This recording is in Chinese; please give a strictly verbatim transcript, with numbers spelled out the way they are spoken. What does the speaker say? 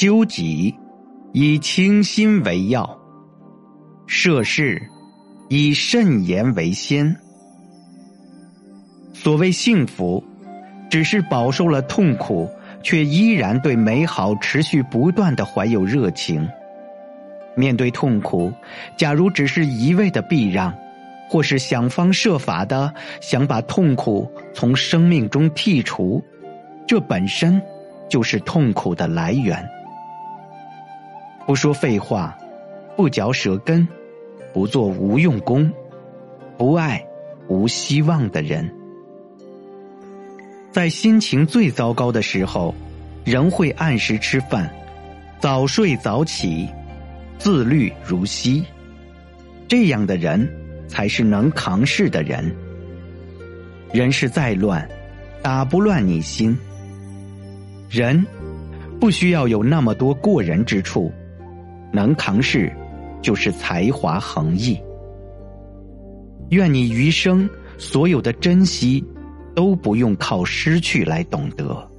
修己，以清心为要；涉世，以慎言为先。所谓幸福，只是饱受了痛苦，却依然对美好持续不断地怀有热情。面对痛苦，假如只是一味的避让，或是想方设法的想把痛苦从生命中剔除，这本身就是痛苦的来源。不说废话，不嚼舌根，不做无用功，不爱无希望的人。在心情最糟糕的时候，人会按时吃饭，早睡早起，自律如昔。这样的人才是能扛事的人。人世再乱，打不乱你心。人不需要有那么多过人之处，能扛事就是才华横溢。愿你余生所有的珍惜都不用靠失去来懂得。